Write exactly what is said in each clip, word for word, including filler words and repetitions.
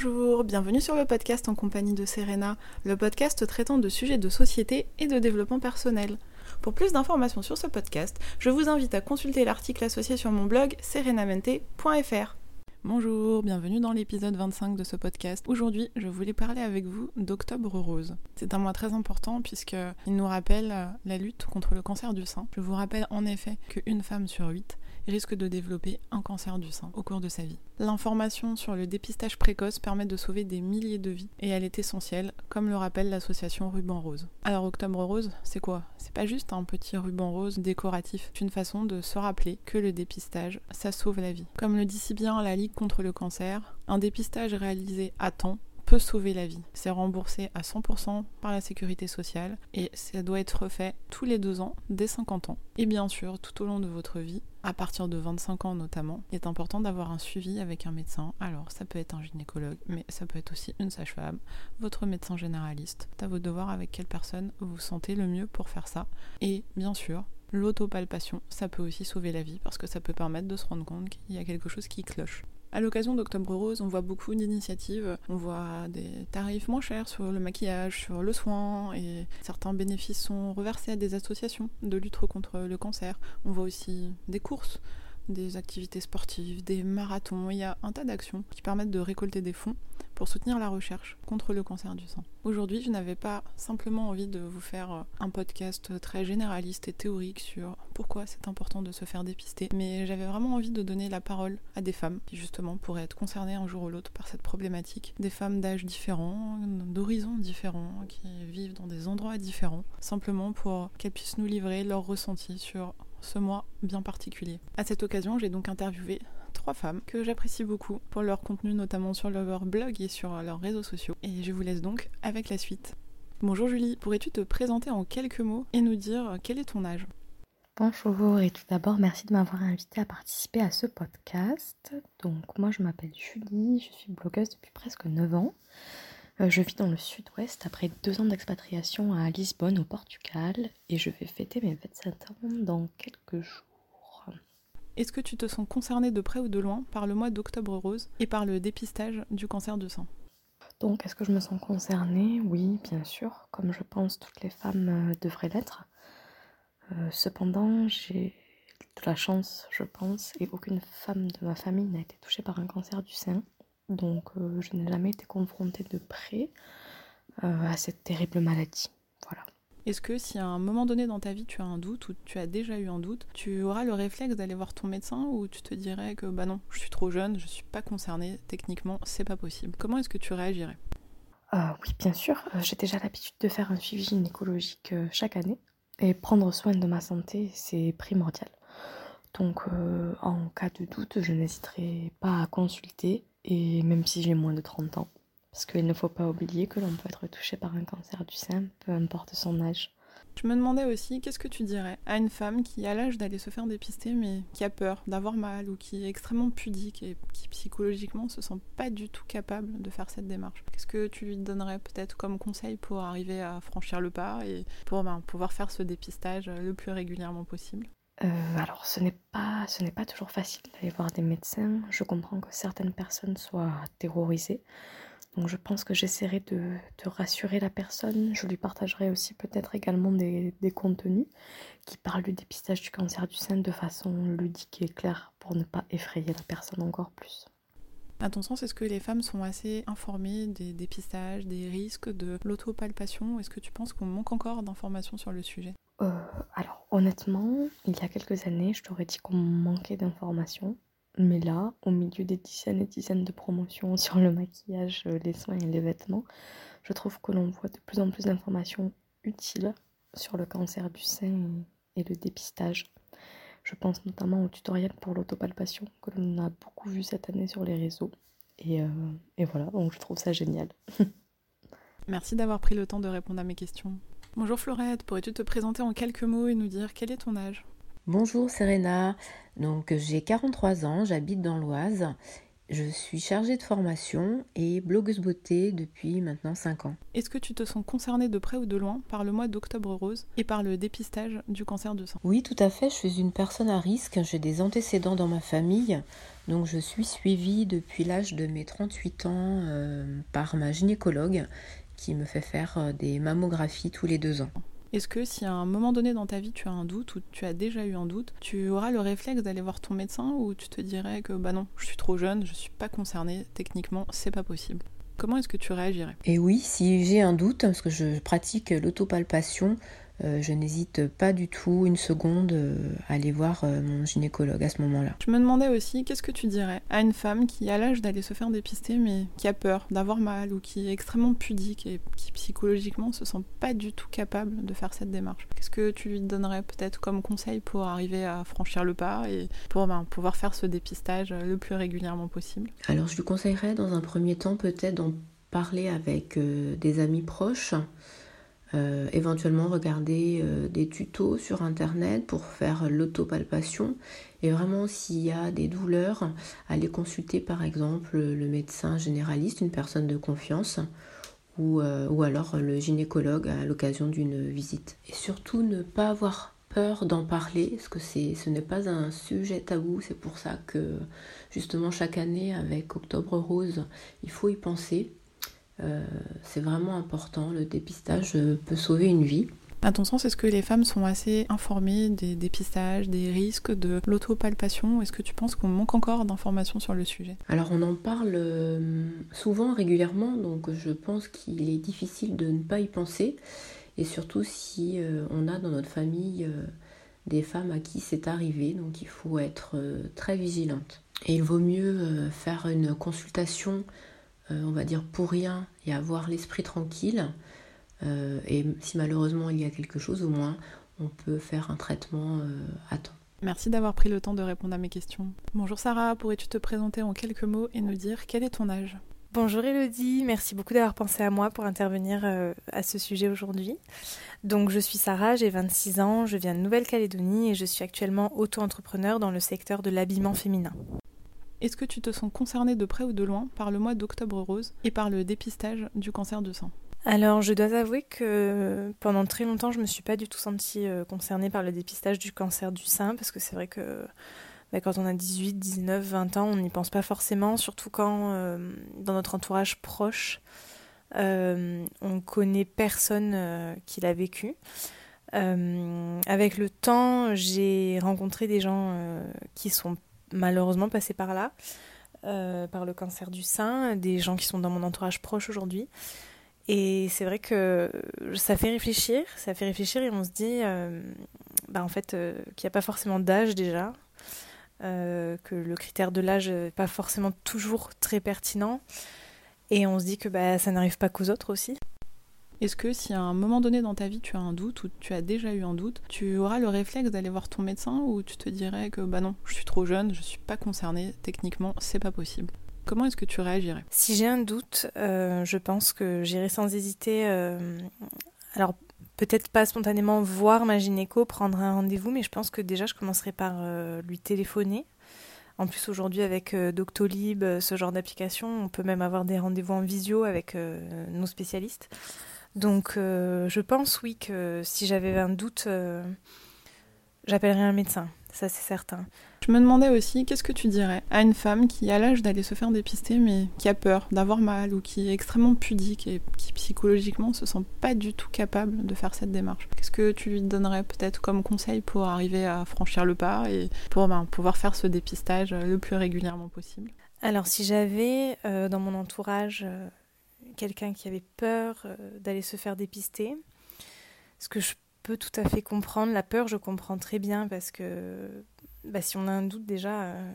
Bonjour, bienvenue sur le podcast en compagnie de Serena, le podcast traitant de sujets de société et de développement personnel. Pour plus d'informations sur ce podcast, je vous invite à consulter l'article associé sur mon blog serenamente point f r. Bonjour, bienvenue dans l'épisode vingt-cinq de ce podcast. Aujourd'hui, je voulais parler avec vous d'Octobre Rose. C'est un mois très important puisqu'il nous rappelle la lutte contre le cancer du sein. Je vous rappelle en effet qu'une femme sur huit risque de développer un cancer du sein au cours de sa vie. L'information sur le dépistage précoce permet de sauver des milliers de vies et elle est essentielle, comme le rappelle l'association Ruban Rose. Alors Octobre Rose, c'est quoi ? C'est pas juste un petit ruban rose décoratif, c'est une façon de se rappeler que le dépistage, ça sauve la vie. Comme le dit si bien la Ligue contre le cancer, un dépistage réalisé à temps peut sauver la vie. C'est remboursé à cent pour cent par la sécurité sociale et ça doit être refait tous les deux ans, dès cinquante ans. Et bien sûr, tout au long de votre vie, à partir de vingt-cinq ans notamment, il est important d'avoir un suivi avec un médecin. Alors ça peut être un gynécologue, mais ça peut être aussi une sage-femme, votre médecin généraliste. C'est à votre devoir avec quelle personne vous vous sentez le mieux pour faire ça. Et bien sûr, l'autopalpation, ça peut aussi sauver la vie parce que ça peut permettre de se rendre compte qu'il y a quelque chose qui cloche. À l'occasion d'Octobre Rose, on voit beaucoup d'initiatives, on voit des tarifs moins chers sur le maquillage, sur le soin, et certains bénéfices sont reversés à des associations de lutte contre le cancer. On voit aussi des courses, des activités sportives, des marathons, il y a un tas d'actions qui permettent de récolter des fonds pour soutenir la recherche contre le cancer du sein. Aujourd'hui, je n'avais pas simplement envie de vous faire un podcast très généraliste et théorique sur pourquoi c'est important de se faire dépister, mais j'avais vraiment envie de donner la parole à des femmes qui justement pourraient être concernées un jour ou l'autre par cette problématique, des femmes d'âges différents, d'horizons différents, qui vivent dans des endroits différents, simplement pour qu'elles puissent nous livrer leurs ressentis sur ce mois bien particulier. À cette occasion, j'ai donc interviewé trois femmes que j'apprécie beaucoup pour leur contenu, notamment sur leur blog et sur leurs réseaux sociaux. Et je vous laisse donc avec la suite. Bonjour Julie, pourrais-tu te présenter en quelques mots et nous dire quel est ton âge ? Bonjour et tout d'abord merci de m'avoir invitée à participer à ce podcast. Donc moi je m'appelle Julie, je suis blogueuse depuis presque neuf ans. Euh, je vis dans le sud-ouest après deux ans d'expatriation à Lisbonne au Portugal et je vais fêter mes vingt-sept ans dans quelques jours. Est-ce que tu te sens concernée de près ou de loin par le mois d'Octobre Rose et par le dépistage du cancer du sein ? Donc est-ce que je me sens concernée ? Oui, bien sûr, comme je pense toutes les femmes euh, devraient l'être. Euh, cependant, j'ai de la chance, je pense, et aucune femme de ma famille n'a été touchée par un cancer du sein. Donc euh, je n'ai jamais été confrontée de près euh, à cette terrible maladie. Voilà. Est-ce que si à un moment donné dans ta vie tu as un doute ou tu as déjà eu un doute, tu auras le réflexe d'aller voir ton médecin ou tu te dirais que bah non, je suis trop jeune, je suis pas concernée, techniquement c'est pas possible. Comment est-ce que tu réagirais ? euh, Oui, bien sûr, euh, j'ai déjà l'habitude de faire un suivi gynécologique euh, chaque année et prendre soin de ma santé, c'est primordial. Donc euh, en cas de doute, je n'hésiterai pas à consulter, et même si j'ai moins de trente ans. Parce qu'il ne faut pas oublier que l'on peut être touché par un cancer du sein, peu importe son âge. Je me demandais aussi, qu'est-ce que tu dirais à une femme qui a l'âge d'aller se faire dépister, mais qui a peur d'avoir mal, ou qui est extrêmement pudique et qui psychologiquement se sent pas du tout capable de faire cette démarche ? Qu'est-ce que tu lui donnerais peut-être comme conseil pour arriver à franchir le pas et pour ben, pouvoir faire ce dépistage le plus régulièrement possible ? Euh, alors ce n'est pas, ce n'est pas toujours facile d'aller voir des médecins. Je comprends que certaines personnes soient terrorisées. Donc je pense que j'essaierai de, de rassurer la personne. Je lui partagerai aussi peut-être également des, des contenus qui parlent du dépistage du cancer du sein de façon ludique et claire pour ne pas effrayer la personne encore plus. À ton sens, est-ce que les femmes sont assez informées des dépistages, des risques, de l'autopalpation ? Est-ce que tu penses qu'on manque encore d'informations sur le sujet ? euh, Alors honnêtement, il y a quelques années, je t'aurais dit qu'on manquait d'informations. Mais là, au milieu des dizaines et dizaines de promotions sur le maquillage, les soins et les vêtements, je trouve que l'on voit de plus en plus d'informations utiles sur le cancer du sein et le dépistage. Je pense notamment au tutoriel pour l'autopalpation que l'on a beaucoup vu cette année sur les réseaux. Et, euh, et voilà, donc je trouve ça génial. Merci d'avoir pris le temps de répondre à mes questions. Bonjour Florette, pourrais-tu te présenter en quelques mots et nous dire quel est ton âge ? Bonjour Serena, donc j'ai quarante-trois ans, j'habite dans l'Oise Je suis chargée de formation et blogueuse beauté depuis maintenant cinq ans. Est-ce que tu te sens concernée de près ou de loin par le mois d'Octobre Rose et par le dépistage du cancer du sein ? Oui, tout à fait, je suis une personne à risque, j'ai des antécédents dans ma famille, donc je suis suivie depuis l'âge de mes trente-huit ans euh, par ma gynécologue qui me fait faire des mammographies tous les deux ans. Est-ce que si à un moment donné dans ta vie tu as un doute ou tu as déjà eu un doute, tu auras le réflexe d'aller voir ton médecin ou tu te dirais que bah non, je suis trop jeune, je suis pas concernée, techniquement c'est pas possible ? Comment est-ce que tu réagirais ? Et oui, si j'ai un doute, parce que je pratique l'autopalpation, euh, je n'hésite pas du tout une seconde euh, à aller voir euh, mon gynécologue à ce moment-là. Je me demandais aussi, qu'est-ce que tu dirais à une femme qui a l'âge d'aller se faire dépister mais qui a peur d'avoir mal ou qui est extrêmement pudique et qui psychologiquement se sent pas du tout capable de faire cette démarche ? Qu'est-ce que tu lui donnerais peut-être comme conseil pour arriver à franchir le pas et pour ben, pouvoir faire ce dépistage le plus régulièrement possible ? Alors je lui conseillerais dans un premier temps peut-être d'en parler avec euh, des amis proches. Euh, éventuellement regarder euh, des tutos sur internet pour faire l'autopalpation et vraiment s'il y a des douleurs, aller consulter par exemple le médecin généraliste, une personne de confiance ou, euh, ou alors le gynécologue à l'occasion d'une visite. Et surtout ne pas avoir peur d'en parler parce que c'est, ce n'est pas un sujet tabou, c'est pour ça que justement chaque année avec Octobre Rose il faut y penser. Euh, c'est vraiment important, le dépistage peut sauver une vie. À ton sens, est-ce que les femmes sont assez informées des dépistages, des risques de l'autopalpation ? Est-ce que tu penses qu'on manque encore d'informations sur le sujet ? Alors on en parle souvent, régulièrement, donc je pense qu'il est difficile de ne pas y penser, et surtout si on a dans notre famille des femmes à qui c'est arrivé, donc il faut être très vigilante. Et il vaut mieux faire une consultation Euh, on va dire pour rien et avoir l'esprit tranquille euh, et si malheureusement il y a quelque chose, au moins on peut faire un traitement euh, à temps. Merci d'avoir pris le temps de répondre à mes questions. Bonjour Sarah, pourrais-tu te présenter en quelques mots et nous dire quel est ton âge ? Bonjour Elodie, merci beaucoup d'avoir pensé à moi pour intervenir euh, à ce sujet aujourd'hui. Donc je suis Sarah, j'ai vingt-six ans, je viens de Nouvelle-Calédonie et je suis actuellement auto-entrepreneur dans le secteur de l'habillement féminin. Est-ce que tu te sens concernée de près ou de loin par le mois d'Octobre Rose et par le dépistage du cancer du sein ? Alors je dois avouer que pendant très longtemps je ne me suis pas du tout sentie concernée par le dépistage du cancer du sein parce que c'est vrai que bah, quand on a dix-huit, dix-neuf, vingt ans on n'y pense pas forcément, surtout quand euh, dans notre entourage proche euh, on connaît personne euh, qui l'a vécu. Euh, avec le temps j'ai rencontré des gens euh, qui sont malheureusement passé par là, euh, par le cancer du sein, des gens qui sont dans mon entourage proche aujourd'hui. Et c'est vrai que ça fait réfléchir, ça fait réfléchir et on se dit euh, bah en fait, euh, qu'il n'y a pas forcément d'âge déjà, euh, que le critère de l'âge n'est pas forcément toujours très pertinent. Et on se dit que bah, ça n'arrive pas qu'aux autres aussi. Est-ce que si à un moment donné dans ta vie tu as un doute ou tu as déjà eu un doute, tu auras le réflexe d'aller voir ton médecin ou tu te dirais que bah non, je suis trop jeune, je suis pas concernée, techniquement c'est pas possible ? Comment est-ce que tu réagirais ? Si j'ai un doute, euh, je pense que j'irai sans hésiter, euh, alors peut-être pas spontanément voir ma gynéco, prendre un rendez-vous, mais je pense que déjà je commencerai par euh, lui téléphoner. En plus aujourd'hui avec euh, Doctolib, ce genre d'application, on peut même avoir des rendez-vous en visio avec euh, nos spécialistes. Donc euh, je pense oui que si j'avais un doute, euh, j'appellerais un médecin, ça c'est certain. Je me demandais aussi, qu'est-ce que tu dirais à une femme qui a l'âge d'aller se faire dépister mais qui a peur d'avoir mal ou qui est extrêmement pudique et qui psychologiquement se sent pas du tout capable de faire cette démarche ? Qu'est-ce que tu lui donnerais peut-être comme conseil pour arriver à franchir le pas et pour ben, pouvoir faire ce dépistage le plus régulièrement possible ? Alors si j'avais euh, dans mon entourage euh, quelqu'un qui avait peur euh, d'aller se faire dépister, ce que je peux tout à fait comprendre, la peur je comprends très bien parce que bah, si on a un doute déjà, euh,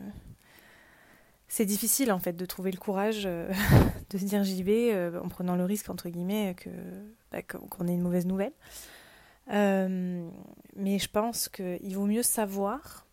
c'est difficile en fait de trouver le courage euh, de se dire j'y vais euh, en prenant le risque entre guillemets que, bah, qu'on ait une mauvaise nouvelle. Euh, mais je pense qu'il vaut mieux savoir,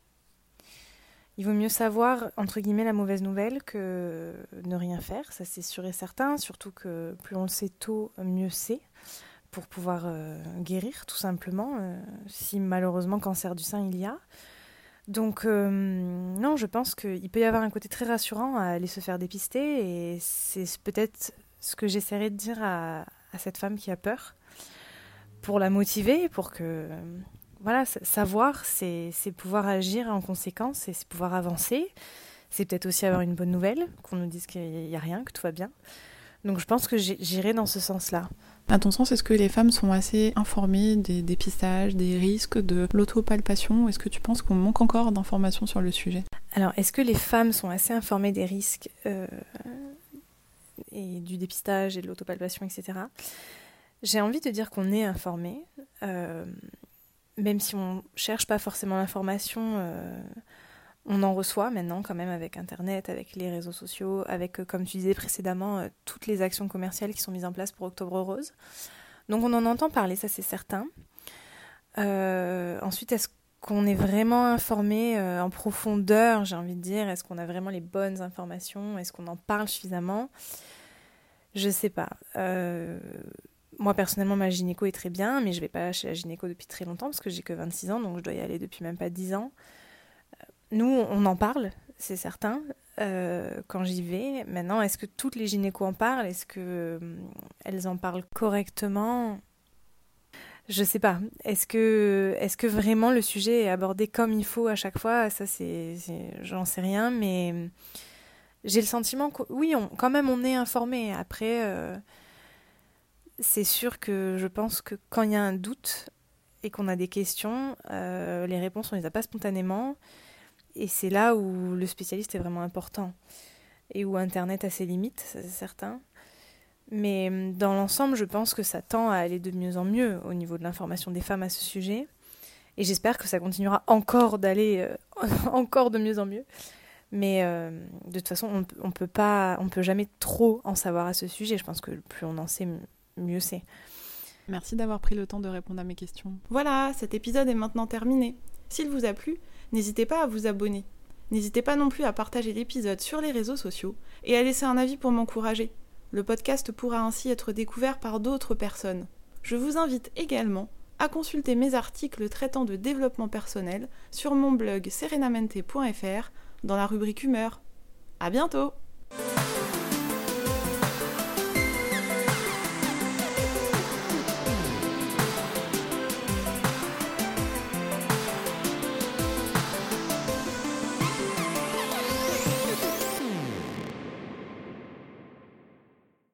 il vaut mieux savoir entre guillemets la mauvaise nouvelle que ne rien faire, ça c'est sûr et certain, surtout que plus on le sait tôt, mieux c'est. Pour pouvoir euh, guérir tout simplement, euh, si malheureusement cancer du sein il y a. Donc, euh, non, je pense qu'il peut y avoir un côté très rassurant à aller se faire dépister, et c'est peut-être ce que j'essaierai de dire à, à cette femme qui a peur, pour la motiver, pour que... Voilà, savoir, c'est, c'est pouvoir agir en conséquence, et c'est pouvoir avancer. C'est peut-être aussi avoir une bonne nouvelle, qu'on nous dise qu'il n'y a rien, que tout va bien. Donc je pense que j'irai dans ce sens-là. À ton sens, est-ce que les femmes sont assez informées des dépistages, des risques, de l'autopalpation ? Ou est-ce que tu penses qu'on manque encore d'informations sur le sujet ? Alors, est-ce que les femmes sont assez informées des risques euh, et du dépistage et de l'autopalpation, et cetera. J'ai envie de dire qu'on est informé, euh, même si on ne cherche pas forcément l'information, euh, on en reçoit maintenant quand même avec Internet, avec les réseaux sociaux, avec, comme tu disais précédemment, euh, toutes les actions commerciales qui sont mises en place pour Octobre Rose. Donc on en entend parler, ça c'est certain. Euh, ensuite, est-ce qu'on est vraiment informé euh, en profondeur, j'ai envie de dire ? Est-ce qu'on a vraiment les bonnes informations ? Est-ce qu'on en parle suffisamment ? Je sais pas. Euh, moi, personnellement, ma gynéco est très bien, mais je vais pas chez la gynéco depuis très longtemps parce que j'ai que vingt-six ans, donc je dois y aller depuis même pas dix ans. Nous, on en parle, c'est certain, euh, quand j'y vais. Maintenant, est-ce que toutes les gynécos en parlent ? Est-ce qu'elles en parlent correctement ? Je sais pas. Est-ce que, est-ce que vraiment le sujet est abordé comme il faut à chaque fois ? Ça, c'est, c'est, j'en sais rien, mais j'ai le sentiment que, oui, on, quand même, on est informé. Après, euh, c'est sûr que je pense que quand il y a un doute et qu'on a des questions, euh, les réponses, on les a pas spontanément. Et c'est là où le spécialiste est vraiment important. Et où Internet a ses limites, ça, c'est certain. Mais dans l'ensemble, je pense que ça tend à aller de mieux en mieux au niveau de l'information des femmes à ce sujet. Et j'espère que ça continuera encore d'aller euh, encore de mieux en mieux. Mais euh, de toute façon, on ne peut pas, on peut jamais trop en savoir à ce sujet. Je pense que plus on en sait, mieux c'est. Merci d'avoir pris le temps de répondre à mes questions. Voilà, cet épisode est maintenant terminé. S'il vous a plu, n'hésitez pas à vous abonner. N'hésitez pas non plus à partager l'épisode sur les réseaux sociaux et à laisser un avis pour m'encourager. Le podcast pourra ainsi être découvert par d'autres personnes. Je vous invite également à consulter mes articles traitant de développement personnel sur mon blog serenamente point f r dans la rubrique humeur. À bientôt!